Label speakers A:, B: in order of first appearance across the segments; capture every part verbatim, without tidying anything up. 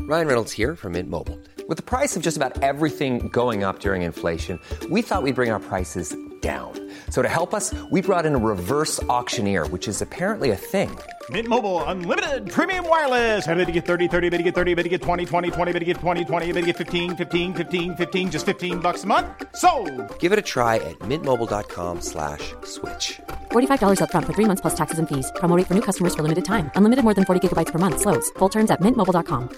A: Ryan Reynolds here from Mint Mobile. With the price of just about everything going up during inflation, we thought we'd bring our prices down. So to help us, we brought in a reverse auctioneer, which is apparently a thing.
B: Mint Mobile Unlimited Premium Wireless. How to get thirty, thirty, how to get thirty, how to get twenty, twenty, twenty, how to get twenty, twenty, how to get fifteen, fifteen, fifteen, fifteen, just fifteen bucks a month? Sold!
A: Give it a try at mintmobile.com slash switch.
C: forty-five dollars up front for three months plus taxes and fees. Promo rate for new customers for limited time. Unlimited more than forty gigabytes per month. Slows full terms at mint mobile dot com.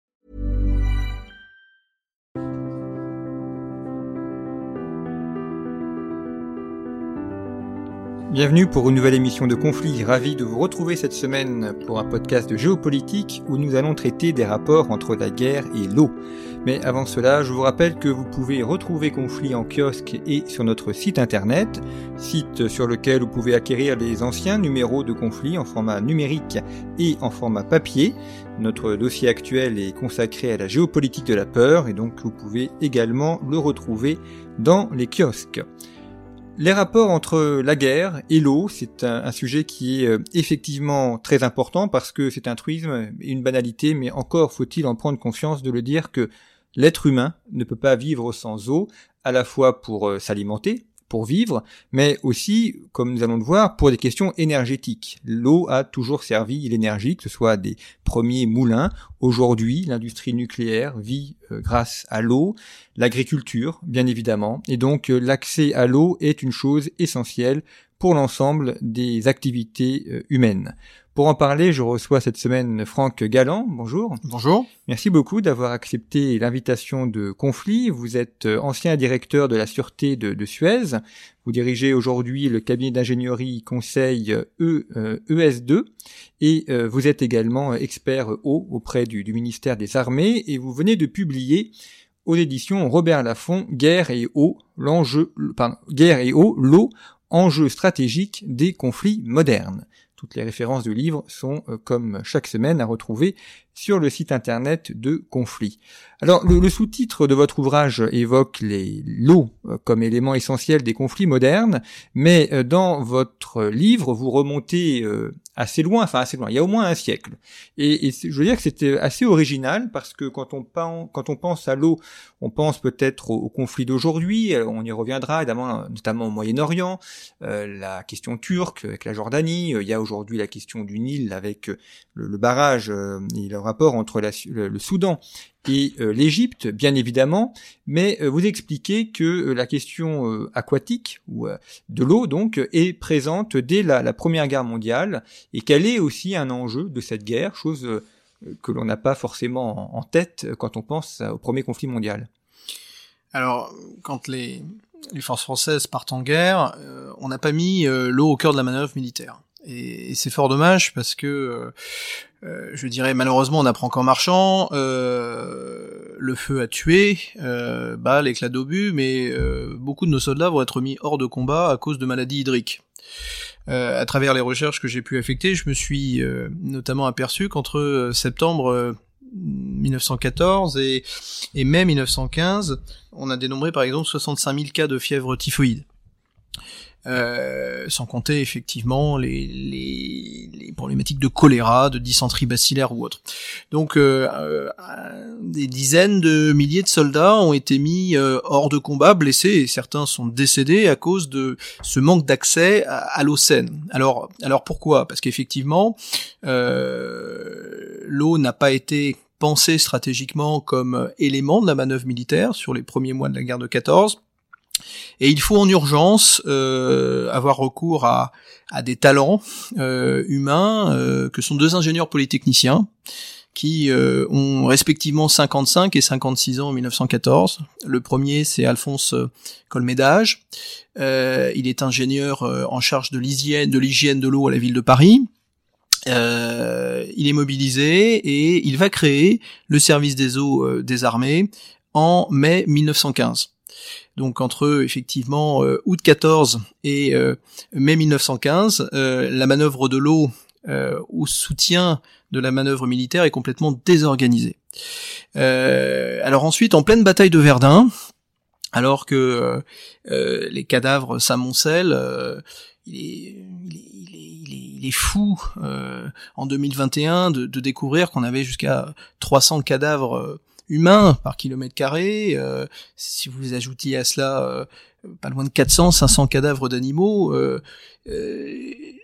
D: Bienvenue pour une nouvelle émission de Conflit. Ravi de vous retrouver cette semaine pour un podcast de géopolitique où nous allons traiter des rapports entre la guerre et l'eau. Mais avant cela, je vous rappelle que vous pouvez retrouver Conflit en kiosque et sur notre site internet, site sur lequel vous pouvez acquérir les anciens numéros de Conflit en format numérique et en format papier. Notre dossier actuel est consacré à la géopolitique de la peur et donc vous pouvez également le retrouver dans les kiosques. Les rapports entre la guerre et l'eau, c'est un, un sujet qui est euh, effectivement très important parce que c'est un truisme et une banalité, mais encore faut-il en prendre conscience de le dire que l'être humain ne peut pas vivre sans eau, à la fois pour euh, s'alimenter, pour vivre, mais aussi, comme nous allons le voir, pour des questions énergétiques. L'eau a toujours servi l'énergie, que ce soit des premiers moulins. Aujourd'hui, l'industrie nucléaire vit euh, grâce à l'eau, l'agriculture, bien évidemment, et donc euh, l'accès à l'eau est une chose essentielle pour l'ensemble des activités euh, humaines. Pour en parler, je reçois cette semaine Franck Galland. Bonjour.
E: Bonjour.
D: Merci beaucoup d'avoir accepté l'invitation de Conflit. Vous êtes ancien directeur de la Sûreté de, de Suez. Vous dirigez aujourd'hui le cabinet d'ingénierie conseil E, euh, E S deux et euh, vous êtes également expert eau auprès du, du ministère des Armées et vous venez de publier aux éditions Robert Laffont Guerre et eau, l'enjeu, pardon, Guerre et eau, l'eau, enjeu stratégique des conflits modernes. Toutes les références du livre sont, euh, comme chaque semaine, à retrouver sur le site internet de Conflit. Alors, le, le sous-titre de votre ouvrage évoque les, l'eau euh, comme élément essentiel des conflits modernes, mais euh, dans votre livre, vous remontez euh, assez loin, enfin assez loin, il y a au moins un siècle. Et, et je veux dire que c'était assez original, parce que quand on, pense, quand on pense à l'eau, on pense peut-être aux, aux conflits d'aujourd'hui, on y reviendra évidemment, notamment au Moyen-Orient, euh, la question turque avec la Jordanie, il y a aujourd'hui la question du Nil avec le, le barrage euh, et le rapport entre la, le, le Soudan et euh, l'Égypte, bien évidemment, mais euh, vous expliquez que euh, la question euh, aquatique, ou euh, de l'eau donc, est présente dès la, la Première Guerre mondiale, et qu'elle est aussi un enjeu de cette guerre, chose euh, que l'on n'a pas forcément en, en tête quand on pense au premier conflit mondial.
E: Alors, quand les, les forces françaises partent en guerre, euh, on n'a pas mis euh, l'eau au cœur de la manœuvre militaire. Et, et c'est fort dommage parce que, euh, euh, je dirais malheureusement, on apprend qu'en marchant, euh, le feu a tué, euh, balles, éclats d'obus, mais euh, beaucoup de nos soldats vont être mis hors de combat à cause de maladies hydriques. Euh, à travers les recherches que j'ai pu effectuer, je me suis euh, notamment aperçu qu'entre euh, septembre euh, mille neuf cent quatorze et, et mai mille neuf cent quinze, on a dénombré par exemple soixante-cinq mille cas de fièvre typhoïde. Euh, sans compter effectivement les, les, les problématiques de choléra, de dysenterie bacillaire ou autre. Donc euh, euh, des dizaines de milliers de soldats ont été mis euh, hors de combat, blessés, et certains sont décédés à cause de ce manque d'accès à, à l'eau saine. Alors, alors pourquoi ? Parce qu'effectivement, euh, l'eau n'a pas été pensée stratégiquement comme élément de la manœuvre militaire sur les premiers mois de la guerre de quatorze. Et il faut en urgence euh, avoir recours à, à des talents euh, humains euh, que sont deux ingénieurs polytechniciens qui euh, ont respectivement cinquante-cinq et cinquante-six ans en mille neuf cent quatorze. Le premier, c'est Alphonse Colmédage. Euh, il est ingénieur euh, en charge de l'hygiène, de l'hygiène de l'eau à la ville de Paris. Euh, il est mobilisé et il va créer le service des eaux euh, des armées en mai mille neuf cent quinze. Donc entre effectivement euh, août quatorze et euh, mai mille neuf cent quinze, euh, la manœuvre de l'eau euh, au soutien de la manœuvre militaire est complètement désorganisée. Euh, alors ensuite, en pleine bataille de Verdun, alors que euh, euh, les cadavres s'amoncellent, euh, il est, il est, il est, il est, il il est fou euh, en deux mille vingt et un de, de découvrir qu'on avait jusqu'à trois cents cadavres euh, humains par kilomètre carré. Euh, si vous ajoutiez à cela euh, pas loin de quatre cents, cinq cents cadavres d'animaux, euh, euh,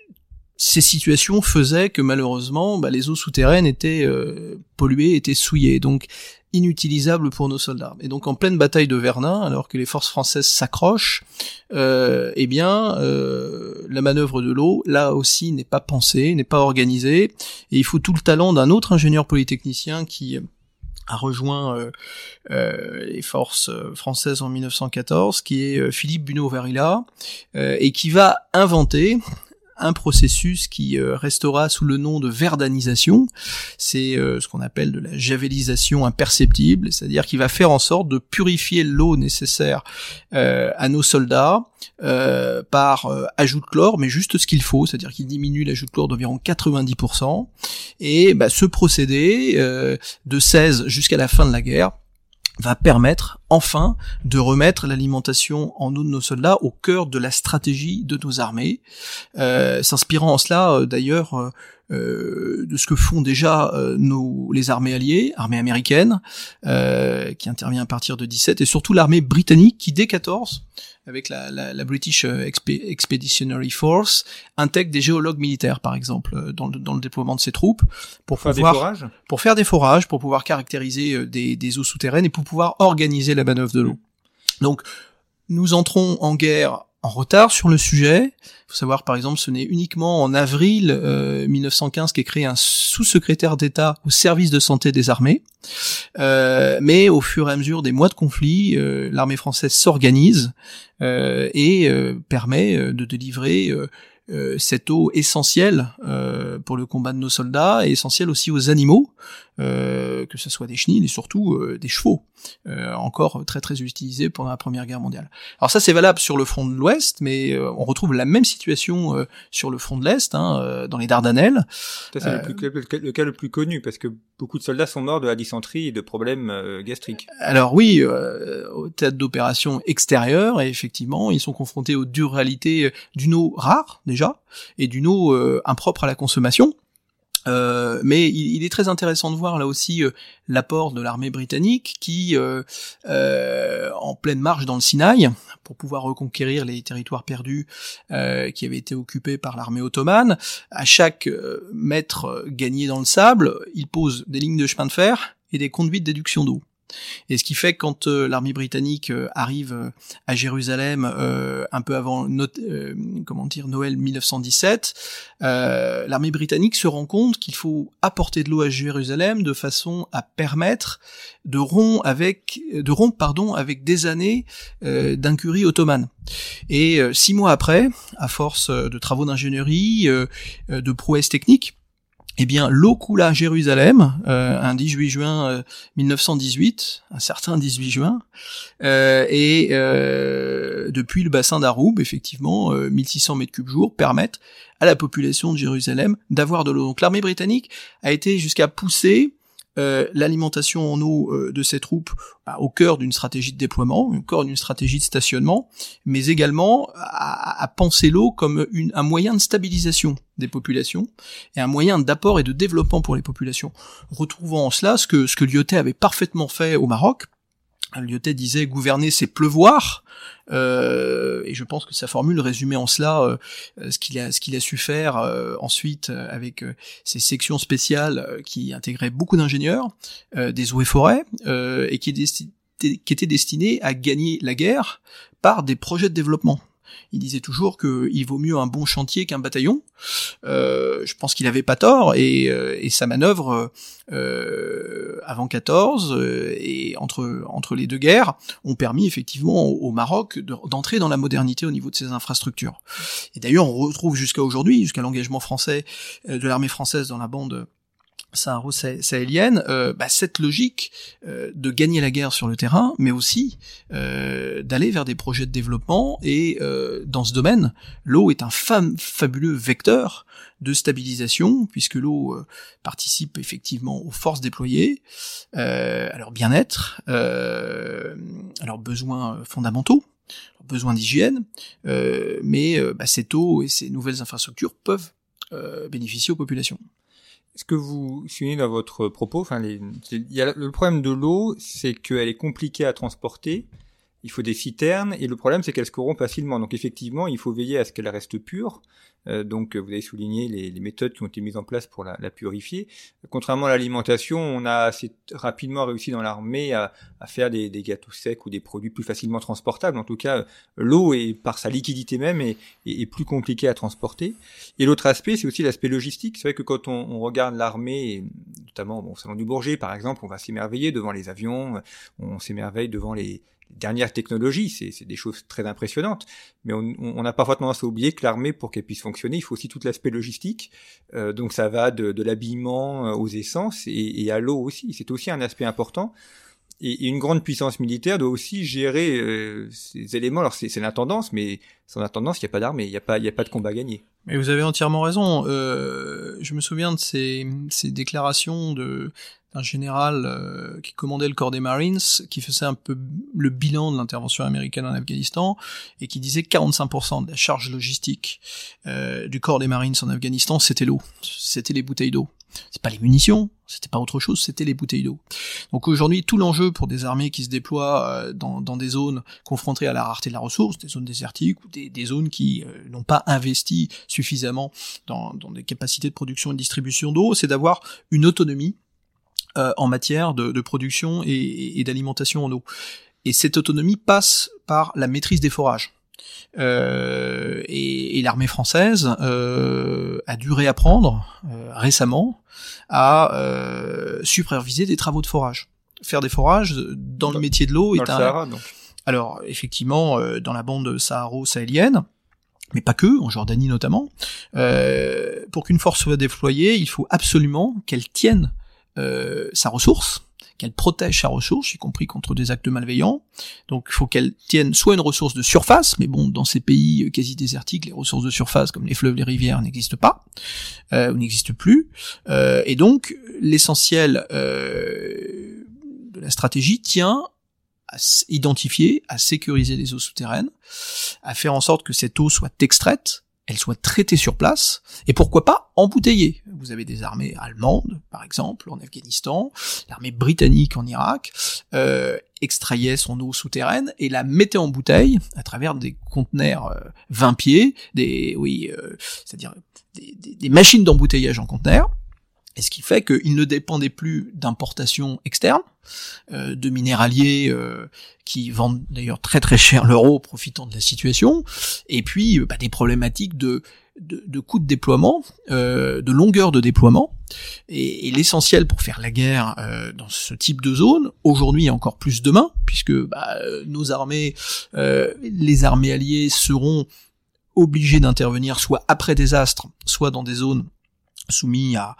E: ces situations faisaient que malheureusement bah, les eaux souterraines étaient euh, polluées, étaient souillées, donc inutilisables pour nos soldats. Et donc en pleine bataille de Verdun, alors que les forces françaises s'accrochent, euh, eh bien euh, la manœuvre de l'eau, là aussi, n'est pas pensée, n'est pas organisée, et il faut tout le talent d'un autre ingénieur polytechnicien qui a rejoint euh, euh, les forces françaises en mille neuf cent quatorze, qui est euh, Philippe Bunau-Varilla, euh, et qui va inventer un processus qui euh, restera sous le nom de verdanisation. C'est euh, ce qu'on appelle de la javelisation imperceptible, c'est-à-dire qu'il va faire en sorte de purifier l'eau nécessaire euh, à nos soldats euh, par euh, ajout de chlore, mais juste ce qu'il faut, c'est-à-dire qu'il diminue l'ajout de chlore d'environ quatre-vingt-dix pour cent. Et bah, ce procédé, euh, de seize jusqu'à la fin de la guerre, va permettre enfin de remettre l'alimentation en eau de nos soldats au cœur de la stratégie de nos armées, euh, s'inspirant en cela euh, d'ailleurs euh, euh, de ce que font déjà euh, nos les armées alliées, armée américaine euh, qui intervient à partir de dix-sept, et surtout l'armée britannique qui dès quatorze, avec la, la, la British Expeditionary Force, intègre des géologues militaires, par exemple, dans le, dans le déploiement de ses troupes, pour,
D: pour
E: pouvoir,
D: faire des forages,
E: pour faire des forages, pour pouvoir caractériser des, des eaux souterraines et pour pouvoir organiser la manœuvre de l'eau. Donc, nous entrons en guerre en retard sur le sujet. Il faut savoir, par exemple, ce n'est uniquement en avril euh, mille neuf cent quinze qu'est créé un sous-secrétaire d'État au service de santé des armées. Euh, mais au fur et à mesure des mois de conflit, euh, l'armée française s'organise euh, et euh, permet euh, de délivrer euh, euh, cette eau essentielle euh, pour le combat de nos soldats et essentielle aussi aux animaux, euh, que ce soit des chenilles et surtout euh, des chevaux, euh, encore très très utilisés pendant la Première Guerre mondiale. Alors ça c'est valable sur le front de l'Ouest, mais euh, on retrouve la même situation euh, sur le front de l'Est, hein, euh, dans les Dardanelles.
D: Ça, c'est euh, le, plus, le, le cas le plus connu, parce que beaucoup de soldats sont morts de la dysenterie et de problèmes euh, gastriques.
E: Alors oui, euh, au théâtre d'opération extérieure, et effectivement, ils sont confrontés aux dures réalités d'une eau rare, déjà, et d'une eau euh, impropre à la consommation. Euh, mais il, il est très intéressant de voir là aussi euh, l'apport de l'armée britannique qui, euh, euh, en pleine marche dans le Sinaï, pour pouvoir reconquérir les territoires perdus euh, qui avaient été occupés par l'armée ottomane, à chaque euh, mètre gagné dans le sable, il pose des lignes de chemin de fer et des conduites d'éduction d'eau. Et ce qui fait que quand euh, l'armée britannique euh, arrive euh, à Jérusalem euh, un peu avant no- euh, comment dire Noël mille neuf cent dix-sept, euh, l'armée britannique se rend compte qu'il faut apporter de l'eau à Jérusalem de façon à permettre de rompre avec de rompre pardon avec des années euh, d'incurie ottomane. Et euh, six mois après, à force de travaux d'ingénierie, euh, de prouesses techniques, eh bien, l'eau coula à Jérusalem, euh, un dix-huit juin euh, mille neuf cent dix-huit, un certain dix-huit juin, euh, et euh, depuis le bassin d'Aroub, effectivement, euh, mille six cents mètres cubes jour permettent à la population de Jérusalem d'avoir de l'eau. Donc l'armée britannique a été jusqu'à pousser Euh, l'alimentation en eau euh, de ses troupes bah, au cœur d'une stratégie de déploiement, au cœur d'une stratégie de stationnement, mais également à, à penser l'eau comme une, un moyen de stabilisation des populations et un moyen d'apport et de développement pour les populations. Retrouvant en cela ce que, ce que Lyautey avait parfaitement fait au Maroc. Lyautey disait « gouverner, c'est pleuvoir », euh, et je pense que sa formule résumait en cela euh, ce qu'il a ce qu'il a su faire euh, ensuite euh, avec euh, ces sections spéciales euh, qui intégraient beaucoup d'ingénieurs, euh, des eaux et forêts, euh, et qui, est desti- qui étaient destinés à gagner la guerre par des projets de développement. Il disait toujours qu'il vaut mieux un bon chantier qu'un bataillon. Euh, je pense qu'il avait pas tort, et, euh, et sa manœuvre euh, avant quatorze euh, et entre entre les deux guerres ont permis effectivement au, au Maroc de, d'entrer dans la modernité au niveau de ses infrastructures. Et d'ailleurs, on retrouve jusqu'à aujourd'hui, jusqu'à l'engagement français euh, de l'armée française dans la bande saharo-sahélienne, euh, bah, cette logique euh, de gagner la guerre sur le terrain, mais aussi euh, d'aller vers des projets de développement. Et euh, dans ce domaine, l'eau est un fam- fabuleux vecteur de stabilisation, puisque l'eau euh, participe effectivement aux forces déployées, euh, à leur bien-être, euh, à leurs besoins fondamentaux, leurs besoins d'hygiène, euh, mais euh, bah, cette eau et ces nouvelles infrastructures peuvent euh, bénéficier aux populations.
D: Ce que vous soulignez dans votre propos, enfin, les, il y a le problème de l'eau, c'est qu'elle est compliquée à transporter. Il faut des citernes, et le problème, c'est qu'elle se corrompt facilement. Donc, effectivement, il faut veiller à ce qu'elle reste pure. Euh, donc, vous avez souligné les, les méthodes qui ont été mises en place pour la, la purifier. Contrairement à l'alimentation, on a assez rapidement réussi dans l'armée à, à faire des, des gâteaux secs ou des produits plus facilement transportables. En tout cas, l'eau, est, par sa liquidité même, est, est, est plus compliquée à transporter. Et l'autre aspect, c'est aussi l'aspect logistique. C'est vrai que quand on, on regarde l'armée, et notamment bon, au Salon du Bourget, par exemple, on va s'émerveiller devant les avions, on s'émerveille devant les dernières technologies, c'est, c'est des choses très impressionnantes, mais on, on a parfois tendance à oublier que l'armée, pour qu'elle puisse fonctionner, il faut aussi tout l'aspect logistique, euh, donc ça va de, de l'habillement aux essences et, et à l'eau aussi, c'est aussi un aspect important, et, et une grande puissance militaire doit aussi gérer euh, ces éléments. Alors c'est, c'est l'intendance, mais sans intendance, il n'y a pas d'armée, il n'y a pas, il n'y a pas de combat gagné.
E: Mais vous avez entièrement raison. Euh, je me souviens de ces, ces déclarations de d'un général euh, qui commandait le corps des Marines, qui faisait un peu le bilan de l'intervention américaine en Afghanistan, et qui disait que quarante-cinq pour cent de la charge logistique euh, du corps des Marines en Afghanistan, c'était l'eau, c'était les bouteilles d'eau. C'est pas les munitions, c'était pas autre chose, c'était les bouteilles d'eau. Donc aujourd'hui, tout l'enjeu pour des armées qui se déploient euh, dans, dans des zones confrontées à la rareté de la ressource, des zones désertiques ou des, des zones qui euh, n'ont pas investi suffisamment dans, dans des capacités de production et de distribution d'eau, c'est d'avoir une autonomie euh, en matière de, de production et, et d'alimentation en eau. Et cette autonomie passe par la maîtrise des forages. Euh, et, et l'armée française euh, a dû réapprendre euh, récemment à euh, superviser des travaux de forage. Faire des forages dans, dans le métier de l'eau
D: est
E: un...
D: Sahara, donc.
E: Alors effectivement, euh, dans la bande saharo-sahélienne, mais pas que, en Jordanie notamment, euh, pour qu'une force soit déployée, il faut absolument qu'elle tienne euh, sa ressource, qu'elle protège sa ressource, y compris contre des actes malveillants. Donc il faut qu'elle tienne soit une ressource de surface, mais bon, dans ces pays quasi désertiques, les ressources de surface, comme les fleuves, les rivières, n'existent pas, euh, ou n'existent plus. Euh, et donc, l'essentiel euh, de la stratégie tient à identifier, à sécuriser les eaux souterraines, à faire en sorte que cette eau soit extraite, elle soit traitée sur place, et pourquoi pas embouteillée. Vous avez des armées allemandes, par exemple, en Afghanistan, l'armée britannique en Irak, euh, extrayait son eau souterraine et la mettait en bouteille à travers des conteneurs euh, vingt pieds, des, oui, euh, c'est-à-dire des, des, des machines d'embouteillage en conteneurs, et ce qui fait qu'ils ne dépendaient plus d'importations externes, euh, de minéraliers euh, qui vendent d'ailleurs très très cher leur eau, profitant de la situation, et puis bah, des problématiques de, de, de coûts de déploiement, euh, de longueur de déploiement, et, et l'essentiel pour faire la guerre euh, dans ce type de zone, aujourd'hui et encore plus demain, puisque bah, nos armées, euh, les armées alliées seront obligées d'intervenir soit après désastre, soit dans des zones soumis à,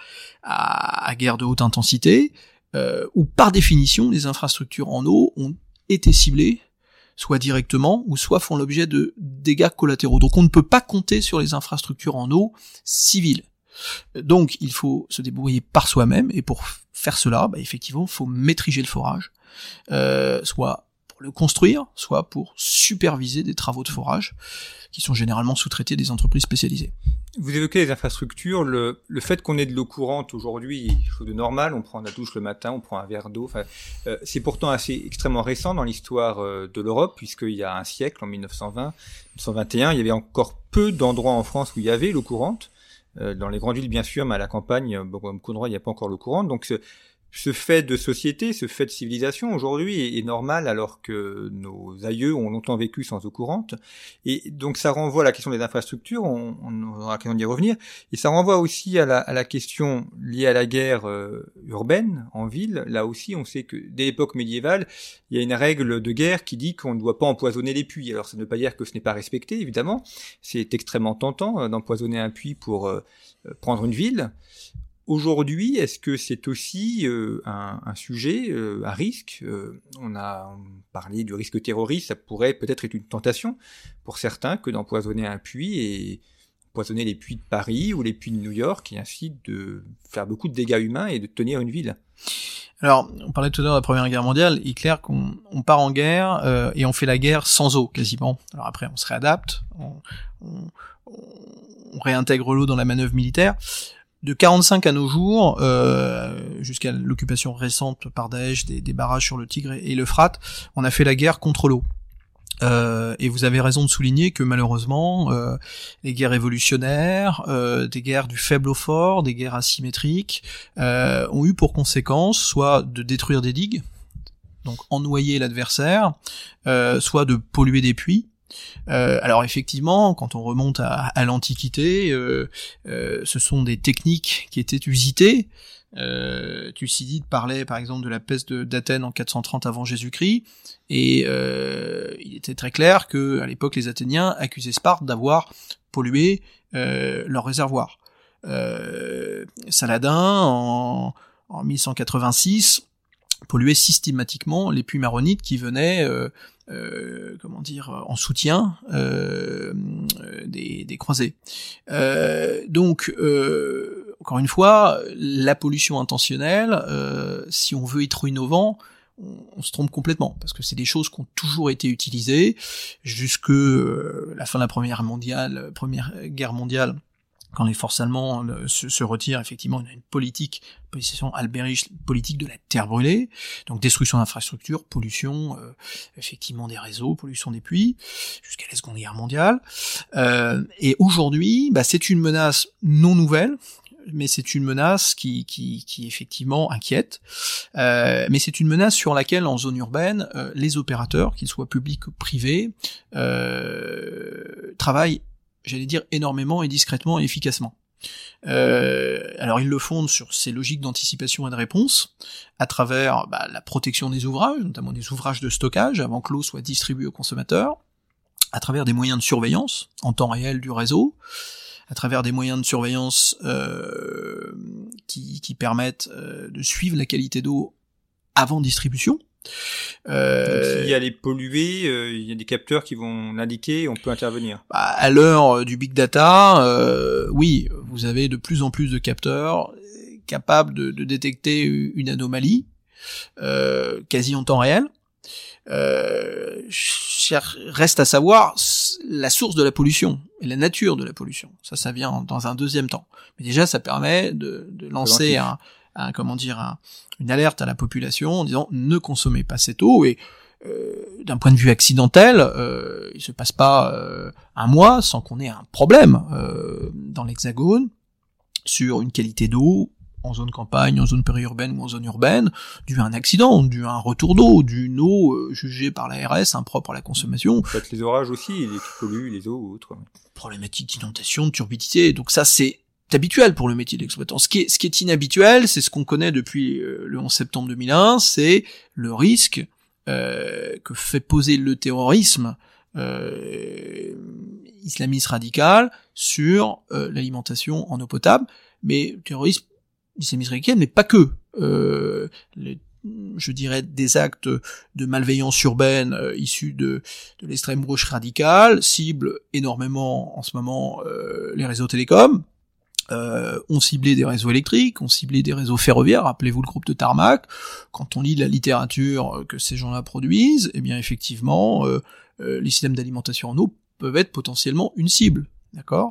E: à, à guerre de haute intensité, euh, où par définition les infrastructures en eau ont été ciblées, soit directement, ou soit font l'objet de dégâts collatéraux. Donc on ne peut pas compter sur les infrastructures en eau civiles. Donc il faut se débrouiller par soi-même, et pour faire cela, bah, effectivement, il faut maîtriser le forage, euh, soit pour le construire, soit pour superviser des travaux de forage, qui sont généralement sous-traités des entreprises spécialisées.
D: Vous évoquez les infrastructures, le, le fait qu'on ait de l'eau courante aujourd'hui, chose de normal, on prend la douche le matin, on prend un verre d'eau, enfin, euh, c'est pourtant assez extrêmement récent dans l'histoire euh, de l'Europe, puisqu'il y a un siècle, en mille neuf cent vingt, mille neuf cent vingt et un, il y avait encore peu d'endroits en France où il y avait l'eau courante, euh, dans les grandes villes bien sûr, mais à la campagne, bon, comme Coudroy, il n'y a pas encore l'eau courante, donc ce, ce fait de société, ce fait de civilisation aujourd'hui est, est normal alors que nos aïeux ont longtemps vécu sans eau courante. Et donc ça renvoie à la question des infrastructures, on, on aura l'occasion d'y revenir, et ça renvoie aussi à la, à la question liée à la guerre euh, urbaine, en ville. Là aussi, on sait que dès l'époque médiévale, il y a une règle de guerre qui dit qu'on ne doit pas empoisonner les puits. Alors ça ne veut pas dire que ce n'est pas respecté, évidemment. C'est extrêmement tentant euh, d'empoisonner un puits pour euh, prendre une ville. Aujourd'hui, est-ce que c'est aussi euh, un, un sujet, euh, un risque euh, On a parlé du risque terroriste, ça pourrait peut-être être une tentation pour certains que d'empoisonner un puits, et on empoisonner les puits de Paris ou les puits de New York et ainsi de faire beaucoup de dégâts humains et de tenir une ville.
E: Alors, on parlait tout à l'heure de la Première Guerre mondiale, il est clair qu'on on part en guerre euh, et on fait la guerre sans eau, quasiment. Alors après, on se réadapte, on, on, on réintègre l'eau dans la manœuvre militaire. De quarante-cinq à nos jours, euh, jusqu'à l'occupation récente par Daesh des, des barrages sur le Tigre et l'Euphrate, on a fait la guerre contre l'eau. Euh, et vous avez raison de souligner que malheureusement, euh, les guerres révolutionnaires, euh, des guerres du faible au fort, des guerres asymétriques, euh, ont eu pour conséquence soit de détruire des digues, donc ennoyer l'adversaire, euh, soit de polluer des puits. Euh, alors effectivement, quand on remonte à, à l'Antiquité, euh, euh, ce sont des techniques qui étaient usitées. Euh, Thucydide parlait par exemple de la peste de, d'Athènes en quatre cent trente avant Jésus-Christ, et euh, il était très clair que à l'époque les Athéniens accusaient Sparte d'avoir pollué euh, leur réservoir. Euh, Saladin en, en mille cent quatre-vingt-six polluait systématiquement les puits maronites qui venaient euh, Euh, comment dire, en soutien euh, des, des croisés. Euh, donc, euh, encore une fois, la pollution intentionnelle, euh, si on veut être innovant, on, on se trompe complètement, parce que c'est des choses qui ont toujours été utilisées jusque euh, la fin de la Première mondiale, Première Guerre mondiale. Quand les forces allemandes se, se retirent, effectivement, il y a une politique, position Alberic, politique de la terre brûlée, donc destruction d'infrastructures, pollution, euh, effectivement des réseaux, pollution des puits, jusqu'à la Seconde Guerre mondiale. Euh, et aujourd'hui, bah, c'est une menace non nouvelle, mais c'est une menace qui, qui, qui effectivement inquiète. Euh, mais c'est une menace sur laquelle, en zone urbaine, euh, les opérateurs, qu'ils soient publics ou privés, euh, travaillent, j'allais dire, énormément et discrètement et efficacement. Euh, alors ils le fondent sur ces logiques d'anticipation et de réponse, à travers bah, la protection des ouvrages, notamment des ouvrages de stockage, avant que l'eau soit distribuée aux consommateurs, à travers des moyens de surveillance en temps réel du réseau, à travers des moyens de surveillance euh, qui, qui permettent euh, de suivre la qualité d'eau avant distribution.
D: Euh, Donc, s'il y a les pollués, euh, il y a des capteurs qui vont l'indiquer et on peut intervenir.
E: Bah, à l'heure du big data, euh, oui, vous avez de plus en plus de capteurs capables de, de détecter une anomalie euh, quasi en temps réel. Euh, reste à savoir la source de la pollution et la nature de la pollution. Ça, ça vient dans un deuxième temps. Mais déjà, ça permet de, de lancer un, un, comment dire, un, une alerte à la population en disant ne consommez pas cette eau. Et euh, d'un point de vue accidentel, euh, il se passe pas euh, un mois sans qu'on ait un problème euh, dans l'Hexagone sur une qualité d'eau en zone campagne, en zone périurbaine ou en zone urbaine, dû à un accident, dû à un retour d'eau, d'une eau euh, jugée par l'A R S impropre à la consommation.
D: Peut-être les orages aussi, les qui polluent les eaux ou autres.
E: Problématique d'inondation, de turbidité. Donc ça, c'est habituel pour le métier d'exploitant. Ce qui est, ce qui est inhabituel, c'est ce qu'on connaît depuis euh, le onze septembre deux mille un, c'est le risque euh, que fait poser le terrorisme euh, islamiste radical sur euh, l'alimentation en eau potable, mais le terrorisme islamiste radical, mais pas que. Euh, les, je dirais des actes de malveillance urbaine euh, issus de, de l'extrême gauche radicale ciblent énormément en ce moment euh, les réseaux télécoms, euh, ont ciblé des réseaux électriques, ont ciblé des réseaux ferroviaires, rappelez-vous le groupe de Tarmac. Quand on lit la littérature que ces gens-là produisent, eh bien effectivement, euh, euh, les systèmes d'alimentation en eau peuvent être potentiellement une cible. D'accord,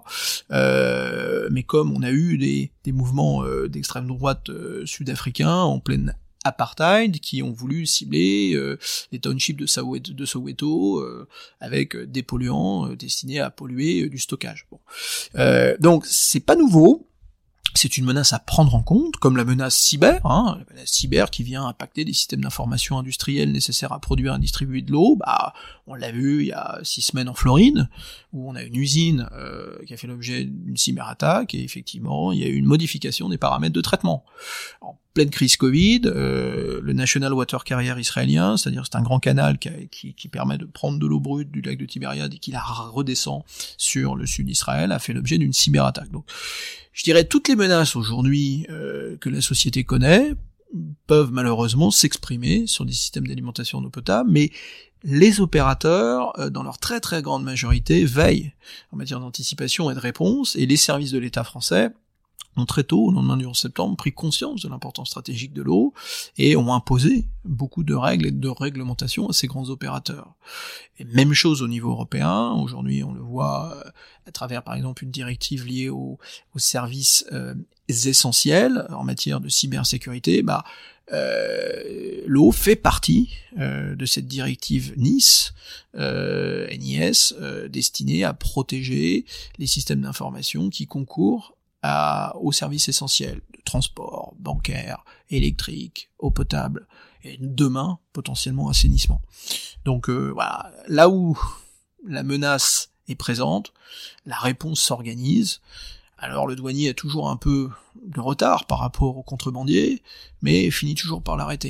E: euh, mais comme on a eu des, des mouvements euh, d'extrême droite euh, sud-africains en pleine apartheid qui ont voulu cibler euh, les townships de Soweto, de Soweto euh, avec euh, des polluants euh, destinés à polluer euh, du stockage. Bon. Euh, donc c'est pas nouveau. C'est une menace à prendre en compte, comme la menace cyber, hein, la menace cyber qui vient impacter des systèmes d'information industriels nécessaires à produire et à distribuer de l'eau. Bah, on l'a vu il y a six semaines en Floride, où on a une usine euh, qui a fait l'objet d'une cyberattaque, et effectivement, il y a eu une modification des paramètres de traitement. En pleine crise Covid, euh, le National Water Carrier israélien, c'est-à-dire c'est un grand canal qui, a, qui, qui permet de prendre de l'eau brute du lac de Tibériade et qui la redescend sur le sud d'Israël, a fait l'objet d'une cyberattaque. Donc, je dirais toutes les menaces aujourd'hui euh, que la société connaît peuvent malheureusement s'exprimer sur des systèmes d'alimentation en eau potable, mais les opérateurs, euh, dans leur très très grande majorité, veillent en matière d'anticipation et de réponse, et les services de l'État français ont très tôt, au lendemain du onze septembre, pris conscience de l'importance stratégique de l'eau et ont imposé beaucoup de règles et de réglementations à ces grands opérateurs. Et même chose au niveau européen. Aujourd'hui, on le voit à travers, par exemple, une directive liée aux, aux services euh, essentiels en matière de cybersécurité. Bah, euh, l'eau fait partie euh, de cette directive Nice, euh, N I S, euh, destinée à protéger les systèmes d'information qui concourent À, aux services essentiels de transport, bancaire, électrique, eau potable, et demain, potentiellement assainissement. Donc euh, voilà, là où la menace est présente, la réponse s'organise. Alors le douanier a toujours un peu de retard par rapport au contrebandier, mais finit toujours par l'arrêter.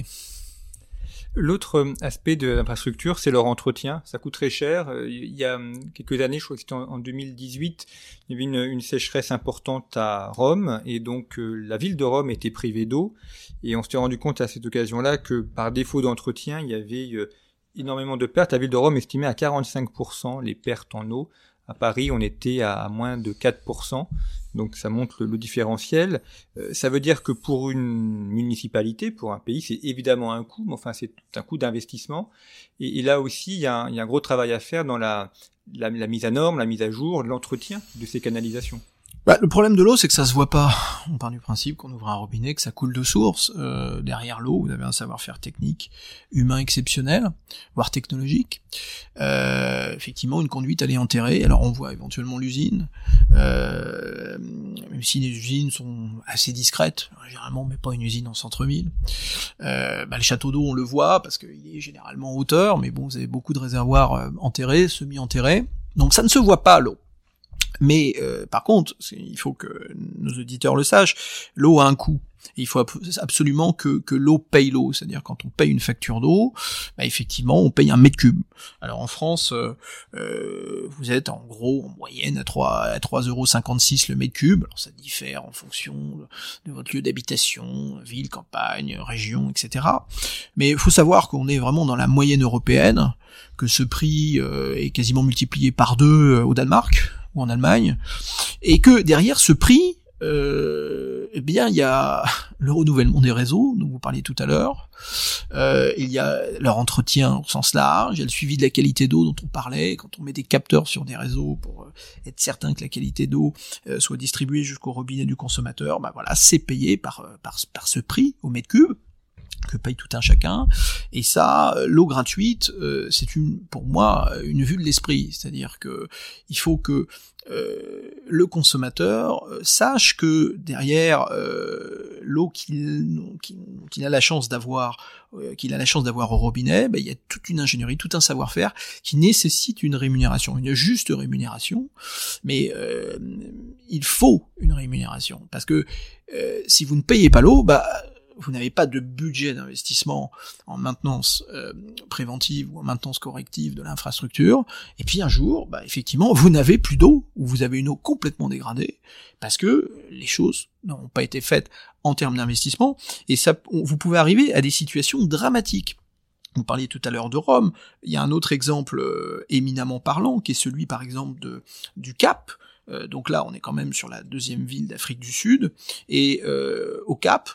D: L'autre aspect de l'infrastructure, c'est leur entretien. Ça coûte très cher. Il y a quelques années, je crois que c'était en deux mille dix-huit, il y avait une, une sécheresse importante à Rome, et donc euh, la ville de Rome était privée d'eau. Et on s'était rendu compte à cette occasion-là que par défaut d'entretien, il y avait euh, énormément de pertes. La ville de Rome estimait à quarante-cinq pour cent les pertes en eau. À Paris, on était à, à moins de quatre pour cent. Donc ça montre le, le différentiel. Euh, ça veut dire que pour une municipalité, pour un pays, c'est évidemment un coût, mais enfin c'est un coût d'investissement. Et, et là aussi, il y, a un, il y a un gros travail à faire dans la, la, la mise à norme, la mise à jour, l'entretien de ces canalisations.
E: Bah, le problème de l'eau, c'est que ça se voit pas. On part du principe qu'on ouvre un robinet, que ça coule de source. Euh, derrière l'eau, vous avez un savoir-faire technique, humain exceptionnel, voire technologique. Euh, effectivement, une conduite, elle est enterrée. Alors, on voit éventuellement l'usine, euh, même si les usines sont assez discrètes. Généralement, on met pas une usine en centre-ville. Euh, bah, le château d'eau, on le voit parce qu'il est généralement en hauteur, mais bon, vous avez beaucoup de réservoirs euh, enterrés, semi-enterrés. Donc, ça ne se voit pas, l'eau. Mais euh, par contre, il faut que nos auditeurs le sachent, l'eau a un coût. Et il faut absolument que, que l'eau paye l'eau, c'est-à-dire quand on paye une facture d'eau, bah effectivement on paye un mètre cube. Alors en France, euh, euh, vous êtes en gros en moyenne à trois euros cinquante-six le mètre cube. Alors ça diffère en fonction de, de votre lieu d'habitation, ville, campagne, région, et cetera. Mais il faut savoir qu'on est vraiment dans la moyenne européenne, que ce prix euh, est quasiment multiplié par deux au Danemark ou en Allemagne, et que derrière ce prix, euh, eh bien il y a le renouvellement des réseaux dont vous parliez tout à l'heure, euh, il y a leur entretien au sens large, il y a le suivi de la qualité d'eau dont on parlait, quand on met des capteurs sur des réseaux pour euh, être certain que la qualité d'eau euh, soit distribuée jusqu'au robinet du consommateur, bah voilà, c'est payé par, par, par ce prix au mètre cube que paye tout un chacun, et ça, l'eau gratuite, euh, c'est une, pour moi, une vue de l'esprit, c'est-à-dire que il faut que euh, le consommateur euh, sache que derrière euh, l'eau qu'il, qu'il, qu'il a la chance d'avoir, euh, qu'il a la chance d'avoir au robinet, ben, il y a toute une ingénierie, tout un savoir-faire qui nécessite une rémunération, une juste rémunération, mais euh, il faut une rémunération, parce que euh, si vous ne payez pas l'eau, bah vous n'avez pas de budget d'investissement en maintenance euh, préventive ou en maintenance corrective de l'infrastructure, et puis un jour, bah, effectivement, vous n'avez plus d'eau, ou vous avez une eau complètement dégradée, parce que les choses n'ont pas été faites en termes d'investissement, et ça, vous pouvez arriver à des situations dramatiques. Vous parliez tout à l'heure de Rome, il y a un autre exemple euh, éminemment parlant, qui est celui par exemple de, du Cap. Euh, donc là, on est quand même sur la deuxième ville d'Afrique du Sud, et euh, au Cap,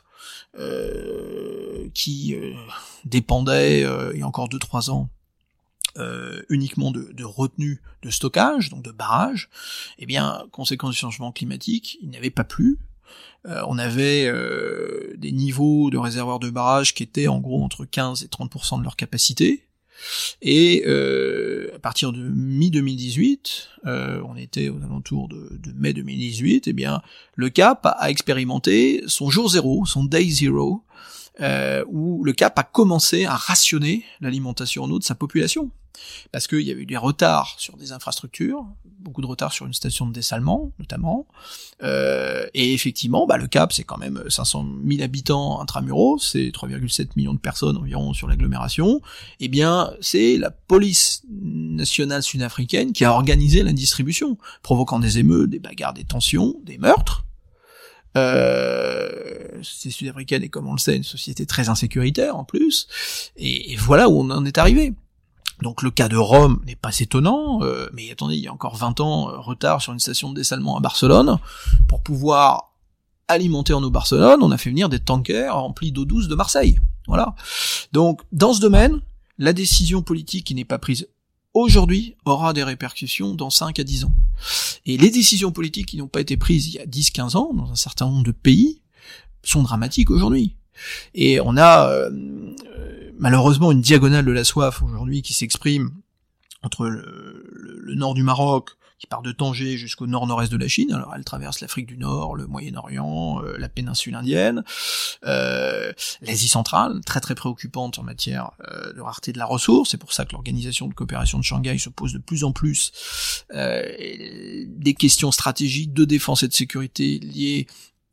E: Euh, qui euh, dépendait euh, il y a encore deux trois ans euh, uniquement de, de retenue de stockage, donc de barrage, eh bien, conséquence du changement climatique, il n'y avait pas plu. Euh, on avait euh, des niveaux de réservoirs de barrage qui étaient en gros entre quinze et trente pour cent de leur capacité. Et euh, à partir de mi deux mille dix-huit, euh, on était aux alentours de, de mai deux mille dix-huit, eh bien le Cap a expérimenté son jour zéro, son day zero, euh, où le Cap a commencé à rationner l'alimentation en eau de sa population. Parce qu'il y avait eu des retards sur des infrastructures, beaucoup de retards sur une station de dessalement, notamment, euh, et effectivement, bah, le Cap, c'est quand même cinq cent mille habitants intramuros, c'est trois virgule sept millions de personnes environ sur l'agglomération, eh bien, c'est la police nationale sud-africaine qui a organisé la distribution, provoquant des émeutes, des bagarres, des tensions, des meurtres, Euh, la société sud-africaine est, comme on le sait, une société très insécuritaire en plus, et, et voilà où on en est arrivé. Donc le cas de Rome n'est pas étonnant, euh, mais attendez, il y a encore vingt ans, euh, retard sur une station de dessalement à Barcelone. Pour pouvoir alimenter en eau Barcelone, on a fait venir des tankers remplis d'eau douce de Marseille. Voilà. Donc dans ce domaine, la décision politique qui n'est pas prise aujourd'hui aura des répercussions dans cinq à dix ans. Et les décisions politiques qui n'ont pas été prises il y a dix à quinze ans, dans un certain nombre de pays, sont dramatiques aujourd'hui. Et on a euh, malheureusement une diagonale de la soif aujourd'hui qui s'exprime entre le, le, le nord du Maroc, qui part de Tanger jusqu'au nord-nord-est de la Chine. Alors elle traverse l'Afrique du Nord, le Moyen-Orient, euh, la péninsule indienne, euh, l'Asie centrale, très très préoccupante en matière euh, de rareté de la ressource. C'est pour ça que l'Organisation de coopération de Shanghai se pose de plus en plus euh, des questions stratégiques de défense et de sécurité liées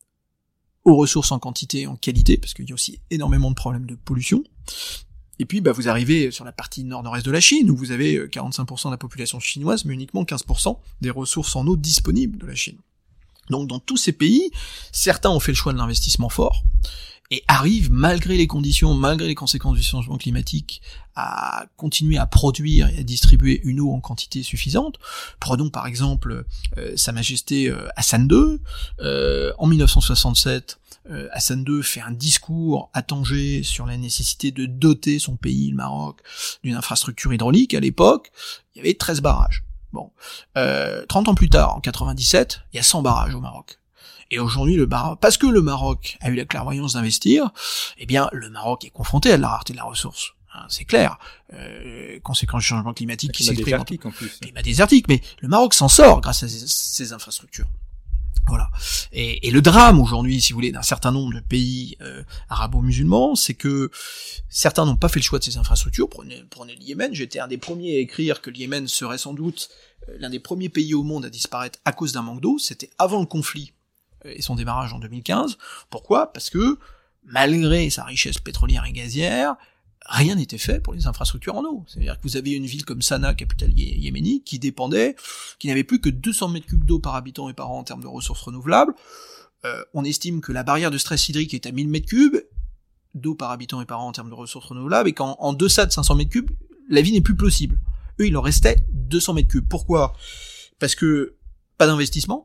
E: aux ressources en quantité et en qualité, parce qu'il y a aussi énormément de problèmes de pollution. Et puis, bah, vous arrivez sur la partie nord-nord-est de la Chine, où vous avez quarante-cinq pour cent de la population chinoise, mais uniquement quinze pour cent des ressources en eau disponibles de la Chine. Donc, dans tous ces pays, certains ont fait le choix de l'investissement fort, et arrivent, malgré les conditions, malgré les conséquences du changement climatique, à continuer à produire et à distribuer une eau en quantité suffisante. Prenons par exemple euh, Sa Majesté euh, Hassan deux, euh, en mille neuf cent soixante-sept, euh, Hassan deux fait un discours à Tanger sur la nécessité de doter son pays, le Maroc, d'une infrastructure hydraulique. À l'époque, il y avait treize barrages. Bon, euh, trente ans plus tard, en quatre-vingt-dix-sept, il y a cent barrages au Maroc. Et aujourd'hui, le Maroc, parce que le Maroc a eu la clairvoyance d'investir, eh bien, le Maroc est confronté à la rareté de la ressource. Hein, c'est clair. Euh, conséquence du changement climatique qui s'exprime en
D: désertique en plus.
E: Climat désertique, mais le Maroc s'en sort grâce à ces, ces infrastructures. Voilà. Et, et le drame aujourd'hui, si vous voulez, d'un certain nombre de pays euh, arabo-musulmans, c'est que certains n'ont pas fait le choix de ces infrastructures. Prenez, prenez le Yémen. J'étais un des premiers à écrire que le Yémen serait sans doute euh, l'un des premiers pays au monde à disparaître à cause d'un manque d'eau. C'était avant le conflit et son démarrage en deux mille quinze. Pourquoi ? Parce que, malgré sa richesse pétrolière et gazière, rien n'était fait pour les infrastructures en eau. C'est-à-dire que vous avez une ville comme Sanaa, capitale yé- yéménite, qui dépendait, qui n'avait plus que deux cents mètres cubes d'eau par habitant et par an en termes de ressources renouvelables. Euh, on estime que la barrière de stress hydrique est à mille mètres cubes d'eau par habitant et par an en termes de ressources renouvelables, et qu'en en deçà de cinq cents mètres cubes, la vie n'est plus possible. Eux, il leur restait deux cents mètres cubes. Pourquoi ? Parce que pas d'investissement,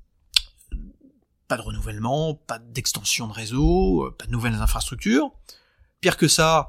E: pas de renouvellement, pas d'extension de réseau, pas de nouvelles infrastructures. Pire que ça,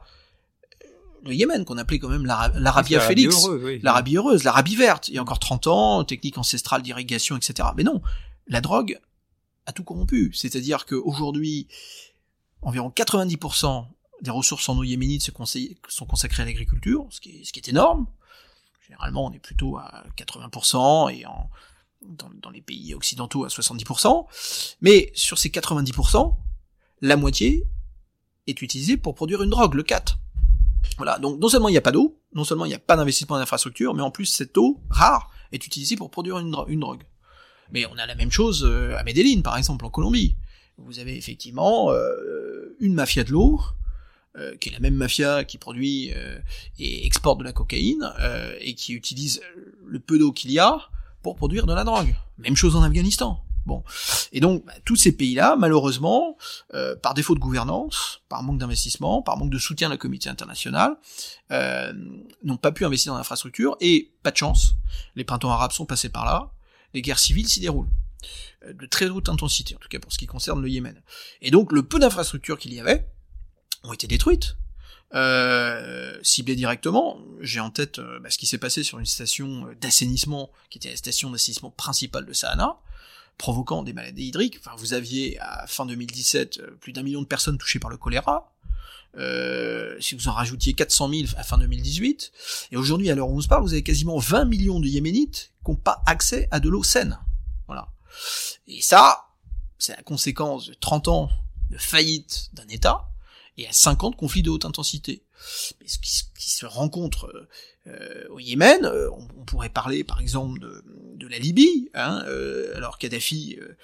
E: le Yémen, qu'on appelait quand même l'Ara- l'Arabia Félix,
D: heureuse, oui.
E: l'Arabie heureuse, l'Arabie verte, il y a encore trente ans, technique ancestrale d'irrigation, et cetera. Mais non, la drogue a tout corrompu. C'est-à-dire qu'aujourd'hui, environ quatre-vingt-dix pour cent des ressources en eau yéménites se conseillent- sont consacrées à l'agriculture, ce qui est, ce qui est énorme. Généralement, on est plutôt à quatre-vingts pour cent, et en Dans, dans les pays occidentaux à soixante-dix pour cent, mais sur ces quatre-vingt-dix pour cent, la moitié est utilisée pour produire une drogue, le cat. Voilà, donc non seulement il n'y a pas d'eau, non seulement il n'y a pas d'investissement d'infrastructure, mais en plus cette eau rare est utilisée pour produire une, dro- une drogue. Mais on a la même chose euh, à Medellín, par exemple, en Colombie. Vous avez effectivement euh, une mafia de l'eau, euh, qui est la même mafia qui produit euh, et exporte de la cocaïne, euh, et qui utilise le peu d'eau qu'il y a pour produire de la drogue. Même chose en Afghanistan. Bon. Et donc, bah, tous ces pays-là, malheureusement, euh, par défaut de gouvernance, par manque d'investissement, par manque de soutien de la communauté internationale, euh, n'ont pas pu investir dans l'infrastructure, et pas de chance, les printemps arabes sont passés par là, les guerres civiles s'y déroulent. Euh, de très haute intensité, en tout cas pour ce qui concerne le Yémen. Et donc, le peu d'infrastructures qu'il y avait ont été détruites. Euh, ciblé directement. J'ai en tête euh, bah, ce qui s'est passé sur une station d'assainissement, qui était la station d'assainissement principale de Sanaa, provoquant des maladies hydriques. Enfin, vous aviez, à fin deux mille dix-sept, euh, plus d'un million de personnes touchées par le choléra. Euh, si vous en rajoutiez quatre cent mille à fin deux mille dix-huit, et aujourd'hui, à l'heure où on se parle, vous avez quasiment vingt millions de Yéménites qui n'ont pas accès à de l'eau saine. Voilà. Et ça, c'est la conséquence de trente ans de faillite d'un État, et à cinquante conflits de haute intensité. Mais ce qui, qui se rencontre euh, au Yémen, euh, on, on pourrait parler par exemple de, de la Libye, hein, euh, alors Kadhafi, euh,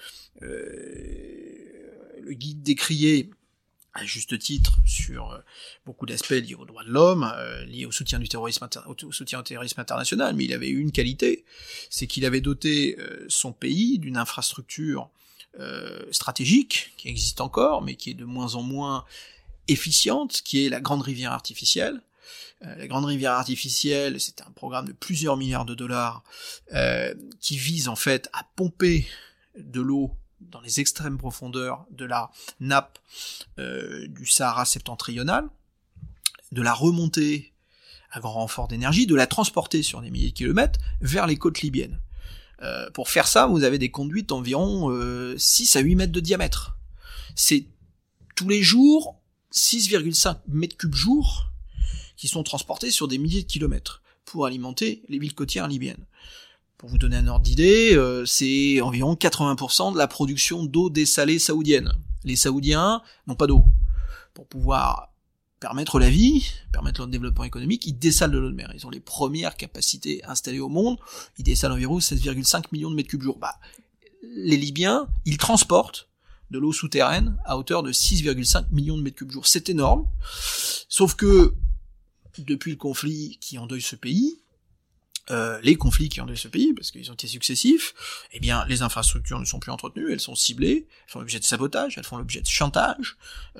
E: euh, le guide décrié à juste titre sur euh, beaucoup d'aspects liés aux droits de l'homme, euh, liés au soutien du terrorisme inter- au soutien au terrorisme international, mais il avait eu une qualité, c'est qu'il avait doté euh, son pays d'une infrastructure euh, stratégique, qui existe encore, mais qui est de moins en moins efficiente, qui est la Grande Rivière Artificielle. Euh, la Grande Rivière Artificielle, c'est un programme de plusieurs milliards de dollars euh, qui vise en fait à pomper de l'eau dans les extrêmes profondeurs de la nappe euh, du Sahara septentrional, de la remonter à grand renfort d'énergie, de la transporter sur des milliers de kilomètres vers les côtes libyennes. Euh, pour faire ça, vous avez des conduites d'environ euh, six à huit mètres de diamètre. C'est tous les jours six virgule cinq mètres cubes jour qui sont transportés sur des milliers de kilomètres pour alimenter les villes côtières libyennes. Pour vous donner un ordre d'idée, euh, c'est environ quatre-vingts pour cent de la production d'eau dessalée saoudienne. Les Saoudiens n'ont pas d'eau. Pour pouvoir permettre la vie, permettre le développement économique, ils dessalent de l'eau de mer. Ils ont les premières capacités installées au monde. Ils dessalent environ sept virgule cinq millions de mètres cubes jour. Bah, les Libyens, ils transportent de l'eau souterraine à hauteur de six virgule cinq millions de mètres cubes jour. C'est énorme. Sauf que, depuis le conflit qui endeuille ce pays, Euh, les conflits qui endeuillent ce pays, parce qu'ils ont été successifs, eh bien, les infrastructures ne sont plus entretenues, elles sont ciblées, elles font l'objet de sabotage, elles font l'objet de chantage,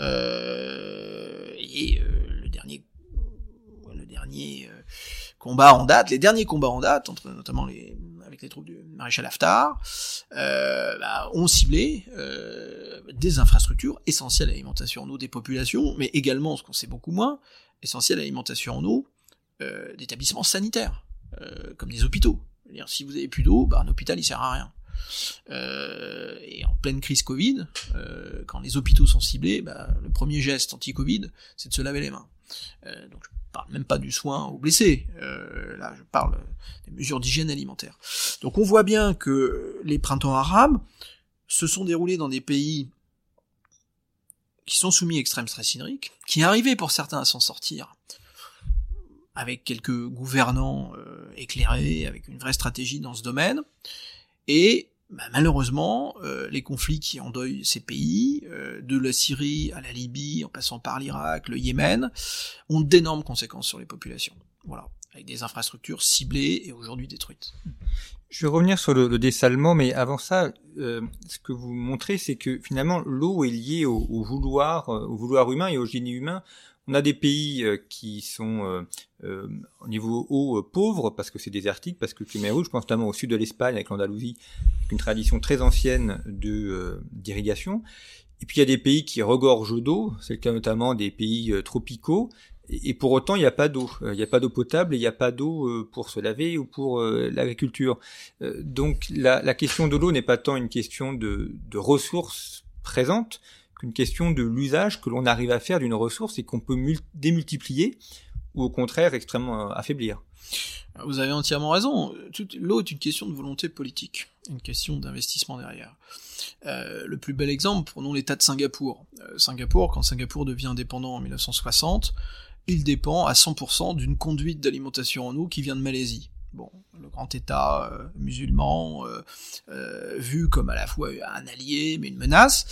E: euh, et euh, le dernier, le dernier euh, combat en date, les derniers combats en date, entre notamment les, avec les troupes du maréchal Haftar, euh, bah, ont ciblé euh, des infrastructures essentielles à l'alimentation en eau des populations, mais également, ce qu'on sait beaucoup moins, essentielles à l'alimentation en eau euh, d'établissements sanitaires. Euh, comme des hôpitaux. C'est-à-dire, si vous avez plus d'eau, bah, un hôpital il sert à rien. Euh, et en pleine crise Covid, euh, quand les hôpitaux sont ciblés, bah, le premier geste anti-Covid, c'est de se laver les mains. Euh, donc je parle même pas du soin aux blessés. Euh, là, je parle des mesures d'hygiène alimentaire. Donc on voit bien que les printemps arabes se sont déroulés dans des pays qui sont soumis à extrême stress hydrique, qui arrivaient pour certains à s'en sortir, avec quelques gouvernants euh, éclairés, avec une vraie stratégie dans ce domaine, et bah, malheureusement, euh, les conflits qui endeuillent ces pays, euh, de la Syrie à la Libye, en passant par l'Irak, le Yémen, ont d'énormes conséquences sur les populations. Voilà, avec des infrastructures ciblées et aujourd'hui détruites.
D: Je vais revenir sur le, le dessalement, mais avant ça, euh, ce que vous montrez, c'est que finalement l'eau est liée au, au vouloir, au vouloir humain et au génie humain. On a des pays euh, qui sont euh, euh, au niveau eau euh, pauvres parce que c'est désertique, parce que le climat est rouge. Je pense notamment au sud de l'Espagne avec l'Andalousie, avec une tradition très ancienne de euh, d'irrigation. Et puis il y a des pays qui regorgent d'eau, c'est le cas notamment des pays euh, tropicaux. Et, et pour autant il n'y a pas d'eau, euh, il n'y a pas d'eau potable et il n'y a pas d'eau euh, pour se laver ou pour euh, l'agriculture. Euh, donc la, la question de l'eau n'est pas tant une question de, de ressources présentes, qu'une question de l'usage que l'on arrive à faire d'une ressource et qu'on peut mul- démultiplier ou au contraire extrêmement affaiblir.
E: Vous avez entièrement raison. Toute, l'eau est une question de volonté politique, une question d'investissement derrière. Euh, le plus bel exemple, prenons l'état de Singapour. Euh, Singapour, quand Singapour devient indépendant en mille neuf cent soixante, il dépend à cent pour cent d'une conduite d'alimentation en eau qui vient de Malaisie. Bon, le grand État euh, musulman, euh, euh, vu comme à la fois un allié mais une menace,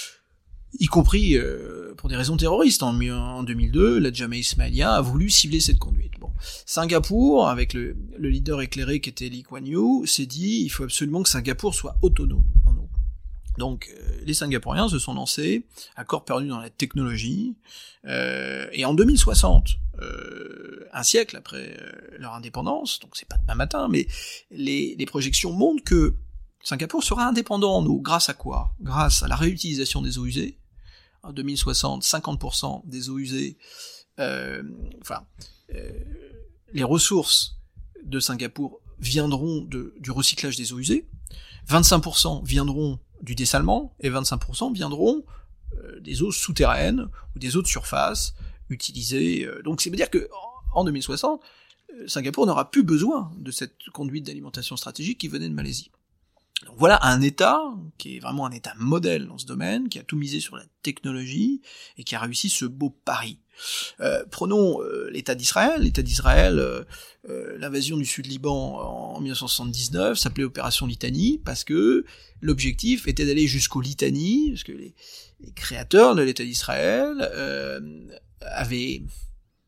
E: y compris euh, pour des raisons terroristes. En, en deux mille deux, la Jamaïa ismaélien a voulu cibler cette conduite. Bon, Singapour, avec le, le leader éclairé qui était Lee Kuan Yew, s'est dit il faut absolument que Singapour soit autonome en eau. Donc euh, les Singapouriens se sont lancés à corps perdu dans la technologie, euh, et en deux mille soixante, euh, un siècle après euh, leur indépendance, donc c'est pas demain matin, mais les, les projections montrent que Singapour sera indépendant en eau. Grâce à quoi ? Grâce à la réutilisation des eaux usées. En deux mille soixante, cinquante pour cent des eaux usées, euh, enfin, euh, les ressources de Singapour viendront de, du recyclage des eaux usées, vingt-cinq pour cent viendront du dessalement, et vingt-cinq pour cent viendront euh, des eaux souterraines, ou des eaux de surface, utilisées. Euh, donc, c'est veut dire que en deux mille soixante, euh, Singapour n'aura plus besoin de cette conduite d'alimentation stratégique qui venait de Malaisie. Donc voilà un État qui est vraiment un État modèle dans ce domaine, qui a tout misé sur la technologie et qui a réussi ce beau pari. Euh, prenons euh, l'État d'Israël. L'État d'Israël, euh, euh, l'invasion du Sud-Liban en mille neuf cent soixante-dix-neuf s'appelait Opération Litanie parce que l'objectif était d'aller jusqu'au Litanie, parce que les, les créateurs de l'État d'Israël euh, avaient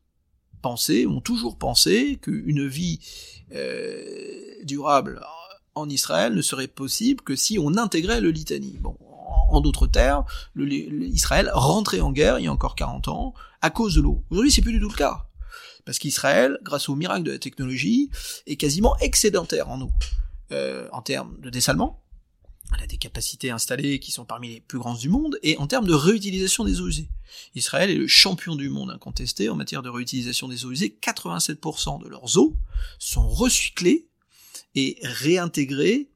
E: pensé, ont toujours pensé qu'une vie euh, durable en Israël ne serait possible que si on intégrait le Litani. Bon, en d'autres termes, le, le, Israël rentrait en guerre il y a encore quarante ans à cause de l'eau. Aujourd'hui, c'est plus du tout le cas. Parce qu'Israël, grâce au miracle de la technologie, est quasiment excédentaire en eau. Euh, en termes de dessalement, elle a des capacités installées qui sont parmi les plus grandes du monde, et en termes de réutilisation des eaux usées. Israël est le champion du monde incontesté en matière de réutilisation des eaux usées. quatre-vingt-sept pour cent de leurs eaux sont recyclées et réintégrées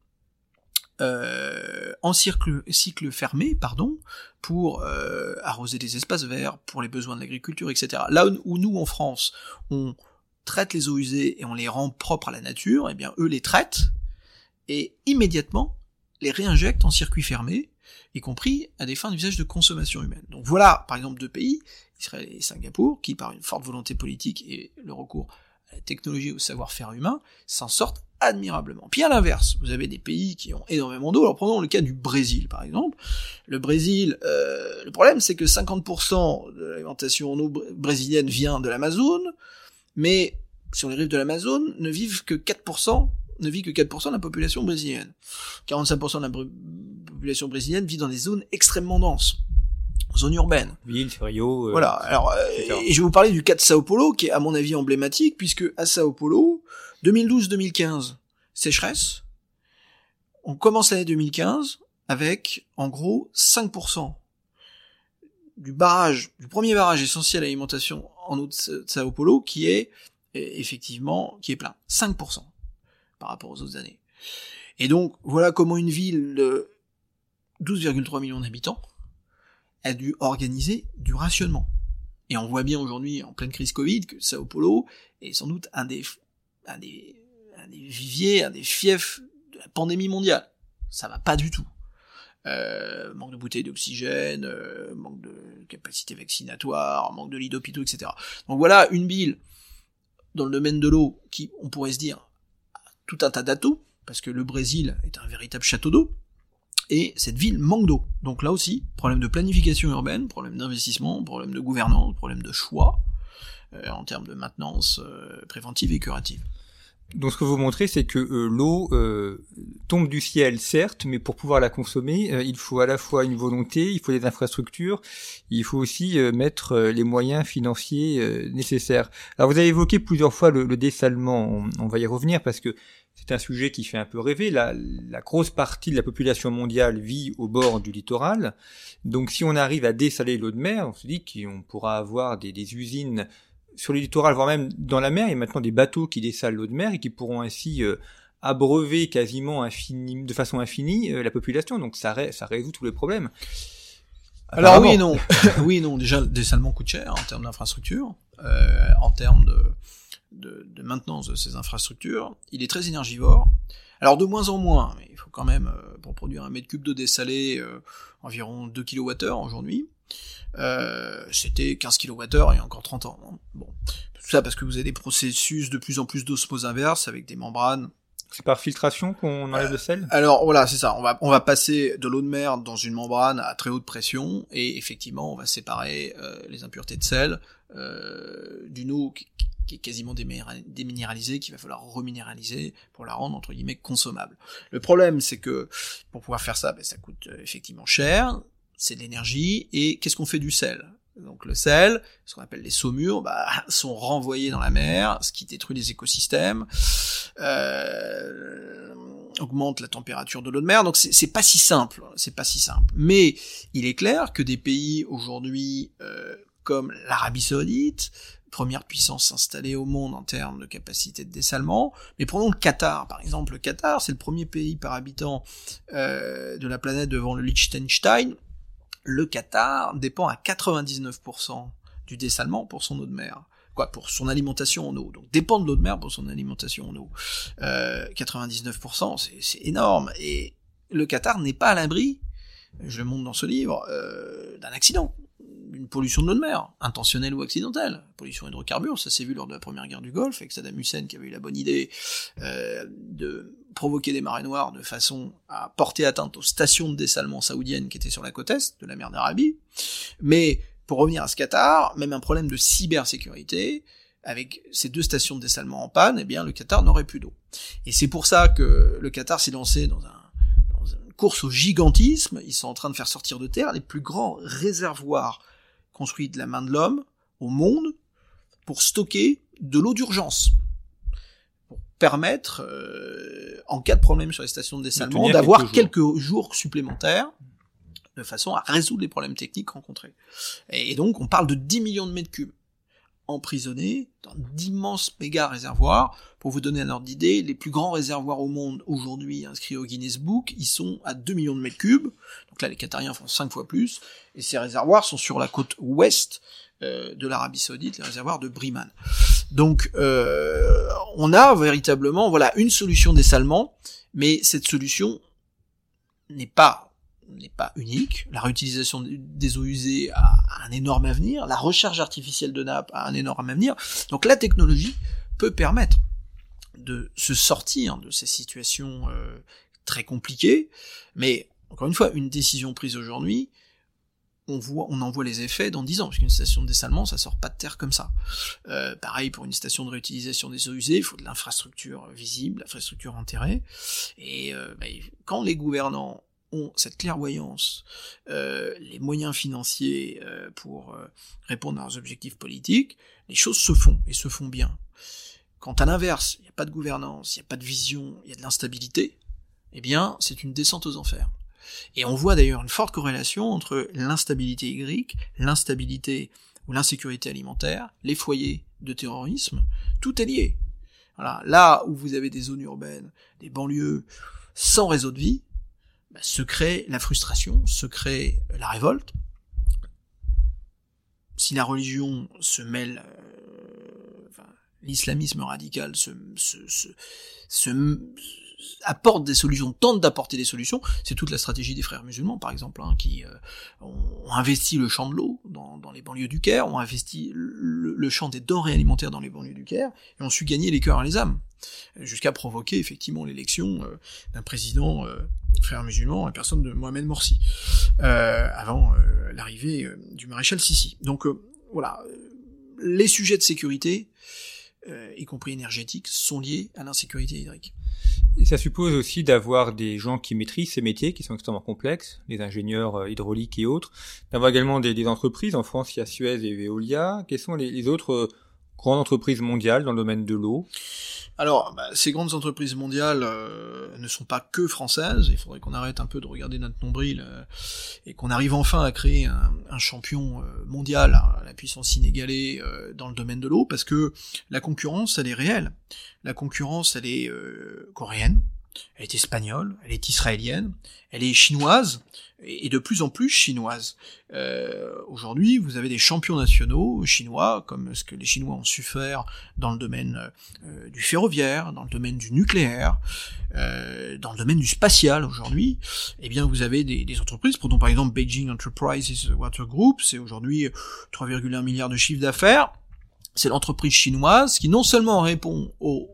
E: Euh, en cycle, cycle fermé, pardon, pour euh, arroser des espaces verts, pour les besoins de l'agriculture, et cetera. Là où, où nous, en France, on traite les eaux usées et on les rend propres à la nature, eh bien eux les traitent et immédiatement les réinjectent en circuit fermé, y compris à des fins d'usage de consommation humaine. Donc voilà, par exemple, deux pays, Israël et Singapour, qui par une forte volonté politique et le recours à la technologie et au savoir-faire humain, s'en sortent admirablement. Puis à l'inverse, vous avez des pays qui ont énormément d'eau. Alors prenons le cas du Brésil, par exemple. Le Brésil, euh, le problème c'est que cinquante pour cent de l'alimentation en eau brésilienne vient de l'Amazone, mais sur les rives de l'Amazone ne vivent que quatre pour cent, ne vit que quatre pour cent de la population brésilienne. quarante-cinq pour cent de la br- population brésilienne vit dans des zones extrêmement denses. Zone urbaine.
D: Ville, Rio. Euh,
E: voilà. Alors, euh, et je vais vous parler du cas de Sao Paulo, qui est à mon avis emblématique, puisque à Sao Paulo, deux mille douze deux mille quinze, sécheresse. On commence l'année deux mille quinze avec, en gros, cinq pour cent du barrage, du premier barrage essentiel à l'alimentation en eau de Sao Paulo, qui est, effectivement, qui est plein. cinq pour cent par rapport aux autres années. Et donc, voilà comment une ville de douze virgule trois millions d'habitants a dû organiser du rationnement. Et on voit bien aujourd'hui, en pleine crise Covid, que Sao Paulo est sans doute un des, un des, un des viviers, un des fiefs de la pandémie mondiale. Ça va pas du tout. Euh, manque de bouteilles d'oxygène, euh, manque de capacité vaccinatoire, manque de lits d'hôpitaux, et cetera. Donc voilà une ville dans le domaine de l'eau qui, on pourrait se dire, a tout un tas d'atouts, parce que le Brésil est un véritable château d'eau, et cette ville manque d'eau. Donc là aussi, problème de planification urbaine, problème d'investissement, problème de gouvernance, problème de choix, euh, en termes de maintenance euh, préventive et curative.
D: Donc ce que vous montrez, c'est que euh, l'eau euh, tombe du ciel, certes, mais pour pouvoir la consommer, euh, il faut à la fois une volonté, il faut des infrastructures, il faut aussi euh, mettre euh, les moyens financiers euh, nécessaires. Alors vous avez évoqué plusieurs fois le, le dessalement, on, on va y revenir parce que c'est un sujet qui fait un peu rêver. La, la grosse partie de la population mondiale vit au bord du littoral, donc si on arrive à dessaler l'eau de mer, on se dit qu'on pourra avoir des, des usines sur le littoral, voire même dans la mer. Il y a maintenant des bateaux qui dessalent l'eau de mer et qui pourront ainsi euh, abreuver quasiment infini, de façon infinie euh, la population. Donc ça, ré, ça résout tous les problèmes.
E: Alors Apparemment. oui et non. oui et non. Déjà, le dessalement coûte cher en termes d'infrastructures, euh, en termes de, de, de maintenance de ces infrastructures. Il est très énergivore. Alors de moins en moins, mais il faut quand même, euh, pour produire un mètre cube d'eau dessalée, euh, environ deux kilowattheures aujourd'hui. Euh, c'était quinze kilowattheures il y a encore trente ans. Hein. Bon, tout ça parce que vous avez des processus de plus en plus d'osmose inverse avec des membranes.
D: C'est par filtration qu'on enlève euh, le sel ?
E: Alors voilà, c'est ça. On va on va passer de l'eau de mer dans une membrane à très haute pression et effectivement on va séparer euh, les impuretés de sel euh, d'une eau qui, qui est quasiment déminéralisée, qu'il va falloir reminéraliser pour la rendre entre guillemets consommable. Le problème c'est que pour pouvoir faire ça, ben, ça coûte euh, effectivement cher. C'est de l'énergie, et qu'est-ce qu'on fait du sel ? Donc le sel, ce qu'on appelle les saumures, bah, sont renvoyés dans la mer, ce qui détruit les écosystèmes, euh, augmente la température de l'eau de mer, donc c'est, c'est pas si simple, c'est pas si simple. Mais il est clair que des pays aujourd'hui, euh, comme l'Arabie Saoudite, première puissance installée au monde en termes de capacité de dessalement, mais prenons le Qatar, par exemple. Le Qatar, c'est le premier pays par habitant euh, de la planète devant le Liechtenstein. Le Qatar dépend à quatre-vingt-dix-neuf pour cent du dessalement pour son eau de mer. Quoi, pour son alimentation en eau. Donc dépend de l'eau de mer pour son alimentation en eau. Euh, quatre-vingt-dix-neuf pour cent, c'est, c'est énorme. Et le Qatar n'est pas à l'abri, je le montre dans ce livre, euh, d'un accident, d'une pollution de l'eau de mer, intentionnelle ou accidentelle. Pollution hydrocarbures, ça s'est vu lors de la première guerre du Golfe, avec Saddam Hussein qui avait eu la bonne idée euh, de provoquer des marées noires de façon à porter atteinte aux stations de dessalement saoudiennes qui étaient sur la côte est de la mer d'Arabie. Mais pour revenir à ce Qatar, même un problème de cybersécurité, avec ces deux stations de dessalement en panne, eh bien le Qatar n'aurait plus d'eau. Et c'est pour ça que le Qatar s'est lancé dans, un, dans une course au gigantisme. Ils sont en train de faire sortir de terre les plus grands réservoirs construits de la main de l'homme au monde pour stocker de l'eau d'urgence, pour permettre, euh, en cas de problème sur les stations de dessalement, de d'avoir quelques jours. quelques jours supplémentaires de façon à résoudre les problèmes techniques rencontrés. Et, et donc on parle de dix millions de mètres cubes emprisonnés dans d'immenses méga réservoirs. Pour vous donner un ordre d'idée, les plus grands réservoirs au monde aujourd'hui inscrits au Guinness Book, ils sont à deux millions de mètres cubes. Donc là, les Qatariens font cinq fois plus. Et ces réservoirs sont sur la côte ouest euh, de l'Arabie Saoudite, les réservoirs de Briman. Donc, euh, on a véritablement, voilà, une solution dessalement, mais cette solution n'est pas n'est pas unique. La réutilisation des eaux usées a un énorme avenir, la recharge artificielle de nappes a un énorme avenir. Donc la technologie peut permettre de se sortir de ces situations euh, très compliquées, mais encore une fois, une décision prise aujourd'hui, on voit, on en voit les effets dans dix ans, parce qu'une station de dessalement, ça sort pas de terre comme ça. Euh, pareil pour une station de réutilisation des eaux usées, il faut de l'infrastructure visible, l'infrastructure enterrée, et euh, bah, quand les gouvernants ont cette clairvoyance, euh, les moyens financiers euh, pour euh, répondre à leurs objectifs politiques, les choses se font, et se font bien. Quand à l'inverse, il n'y a pas de gouvernance, il n'y a pas de vision, il y a de l'instabilité, eh bien, c'est une descente aux enfers. Et on voit d'ailleurs une forte corrélation entre l'instabilité hydrique, l'instabilité ou l'insécurité alimentaire, les foyers de terrorisme, tout est lié. Voilà. Là où vous avez des zones urbaines, des banlieues sans réseau de vie, bah, se crée la frustration, se crée la révolte. Si la religion se mêle, euh, enfin, l'islamisme radical se, se, se, se apporte des solutions, tente d'apporter des solutions, c'est toute la stratégie des frères musulmans, par exemple, hein, qui euh, ont investi le champ de l'eau dans, dans les banlieues du Caire, ont investi le, le champ des denrées alimentaires dans les banlieues du Caire, et ont su gagner les cœurs et les âmes, jusqu'à provoquer effectivement l'élection euh, d'un président euh, frère musulman, la personne de Mohamed Morsi, euh, avant euh, l'arrivée euh, du maréchal Sissi. Donc euh, voilà, les sujets de sécurité, euh, y compris énergétiques, sont liés à l'insécurité hydrique.
D: Et ça suppose aussi d'avoir des gens qui maîtrisent ces métiers, qui sont extrêmement complexes, les ingénieurs euh, hydrauliques et autres, d'avoir également des, des entreprises. En France, il y a Suez et Veolia. Quelles sont les, les autres euh, grandes entreprises mondiales dans le domaine de l'eau?
E: Alors, bah, ces grandes entreprises mondiales euh, ne sont pas que françaises. Il faudrait qu'on arrête un peu de regarder notre nombril euh, et qu'on arrive enfin à créer un, un champion euh, mondial à la puissance inégalée euh, dans le domaine de l'eau, parce que la concurrence, elle est réelle. La concurrence, elle est euh, coréenne, elle est espagnole, elle est israélienne, elle est chinoise, et de plus en plus chinoise. Euh, aujourd'hui, vous avez des champions nationaux chinois, comme ce que les Chinois ont su faire dans le domaine euh, du ferroviaire, dans le domaine du nucléaire, euh, dans le domaine du spatial aujourd'hui. Eh bien, vous avez des, des entreprises, prenons par exemple Beijing Enterprises Water Group, c'est aujourd'hui trois virgule un milliards de chiffre d'affaires. C'est l'entreprise chinoise qui non seulement répond aux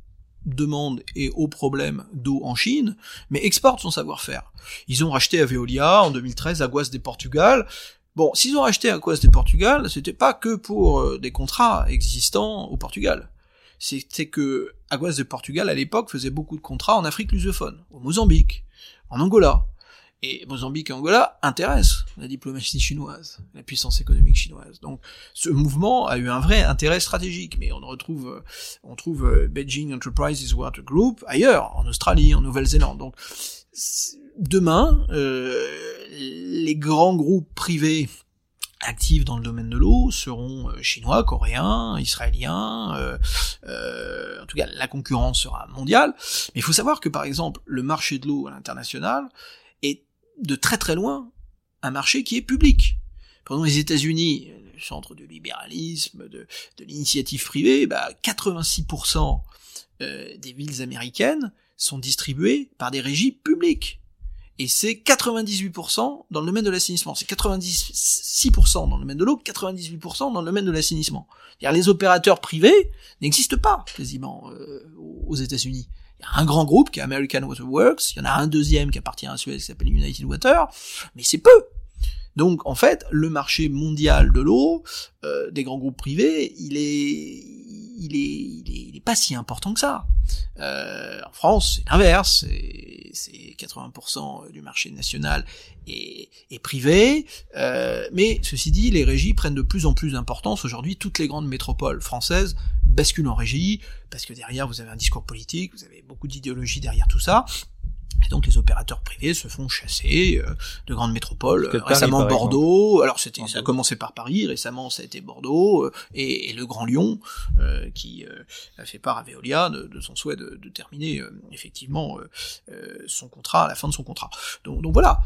E: demande et aux problèmes d'eau en Chine, mais exporte son savoir-faire. Ils ont racheté à Veolia en deux mille treize Aguas de Portugal. Bon, s'ils ont racheté Aguas de Portugal, c'était pas que pour euh, des contrats existants au Portugal. C'était que Aguas de Portugal, à l'époque, faisait beaucoup de contrats en Afrique lusophone, au Mozambique, en Angola. Et Mozambique et Angola intéressent la diplomatie chinoise, la puissance économique chinoise. Donc, ce mouvement a eu un vrai intérêt stratégique, mais on retrouve, on trouve Beijing Enterprises Water Group ailleurs, en Australie, en Nouvelle-Zélande. Donc, demain, euh, les grands groupes privés actifs dans le domaine de l'eau seront chinois, coréens, israéliens, euh, euh, en tout cas, la concurrence sera mondiale. Mais il faut savoir que, par exemple, le marché de l'eau à l'international est de très très loin un marché qui est public. Pendant les États-Unis, le centre du libéralisme, de, de l'initiative privée, bah, quatre-vingt-six pour cent euh, des villes américaines sont distribuées par des régies publiques. Et c'est quatre-vingt-dix-huit pour cent dans le domaine de l'assainissement. C'est quatre-vingt-six pour cent dans le domaine de l'eau, quatre-vingt-dix-huit pour cent dans le domaine de l'assainissement. C'est-à-dire les opérateurs privés n'existent pas quasiment euh, aux États-Unis. Il y a un grand groupe qui est American Water Works, il y en a un deuxième qui appartient à Suez qui s'appelle United Water, mais c'est peu. Donc en fait, le marché mondial de l'eau, euh, des grands groupes privés, il est il est, il est, il est pas si important que ça. Euh, en France, c'est l'inverse, c'est, c'est quatre-vingts pour cent du marché national est, est privé, euh, mais ceci dit, les régies prennent de plus en plus d'importance. Aujourd'hui, toutes les grandes métropoles françaises basculent en régie, parce que derrière, vous avez un discours politique, vous avez beaucoup d'idéologie derrière tout ça. Et donc les opérateurs privés se font chasser euh, de grandes métropoles. Euh, récemment Paris, Bordeaux, exemple. alors c'était ça a commencé par Paris, récemment ça a été Bordeaux euh, et, et le Grand Lyon euh, qui euh, a fait part à Veolia de, de son souhait de, de terminer euh, effectivement euh, euh, son contrat à la fin de son contrat. Donc, donc voilà.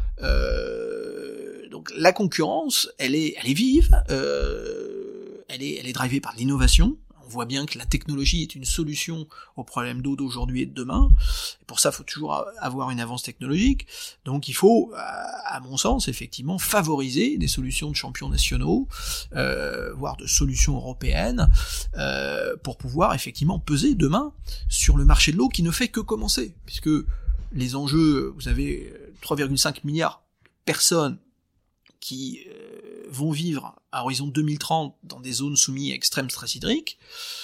E: Euh, donc la concurrence, elle est elle est vive, euh, elle est elle est drivée par l'innovation. On voit bien que la technologie est une solution aux problèmes d'eau d'aujourd'hui et de demain. Et pour ça, il faut toujours avoir une avance technologique. Donc il faut, à mon sens, effectivement, favoriser des solutions de champions nationaux, euh, voire de solutions européennes, euh, pour pouvoir effectivement peser demain sur le marché de l'eau qui ne fait que commencer. Puisque les enjeux, vous avez trois virgule cinq milliards de personnes qui euh, vont vivre à horizon deux mille trente dans des zones soumises à extrême stress hydrique,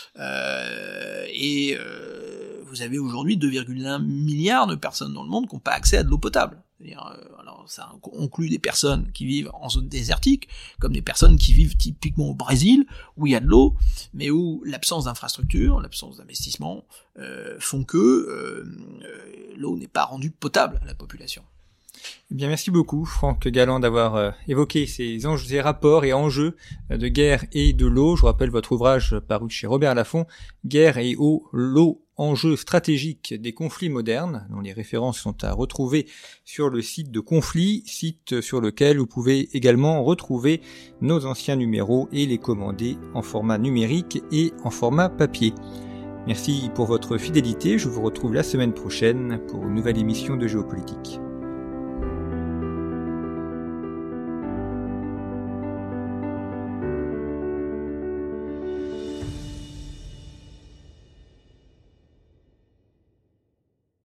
E: euh, et euh, vous avez aujourd'hui deux virgule un milliards de personnes dans le monde qui n'ont pas accès à de l'eau potable. C'est-à-dire, euh, alors ça inclut des personnes qui vivent en zone désertique, comme des personnes qui vivent typiquement au Brésil, où il y a de l'eau, mais où l'absence d'infrastructures, l'absence d'investissement euh, font que euh, euh, l'eau n'est pas rendue potable à la population.
D: Eh bien, merci beaucoup, Franck Galland, d'avoir euh, évoqué ces, enjeux, ces rapports et enjeux euh, de guerre et de l'eau. Je rappelle votre ouvrage paru chez Robert Laffont, Guerre et eau, l'eau, enjeux stratégiques des conflits modernes, dont les références sont à retrouver sur le site de Conflit, site sur lequel vous pouvez également retrouver nos anciens numéros et les commander en format numérique et en format papier. Merci pour votre fidélité. Je vous retrouve la semaine prochaine pour une nouvelle émission de Géopolitique.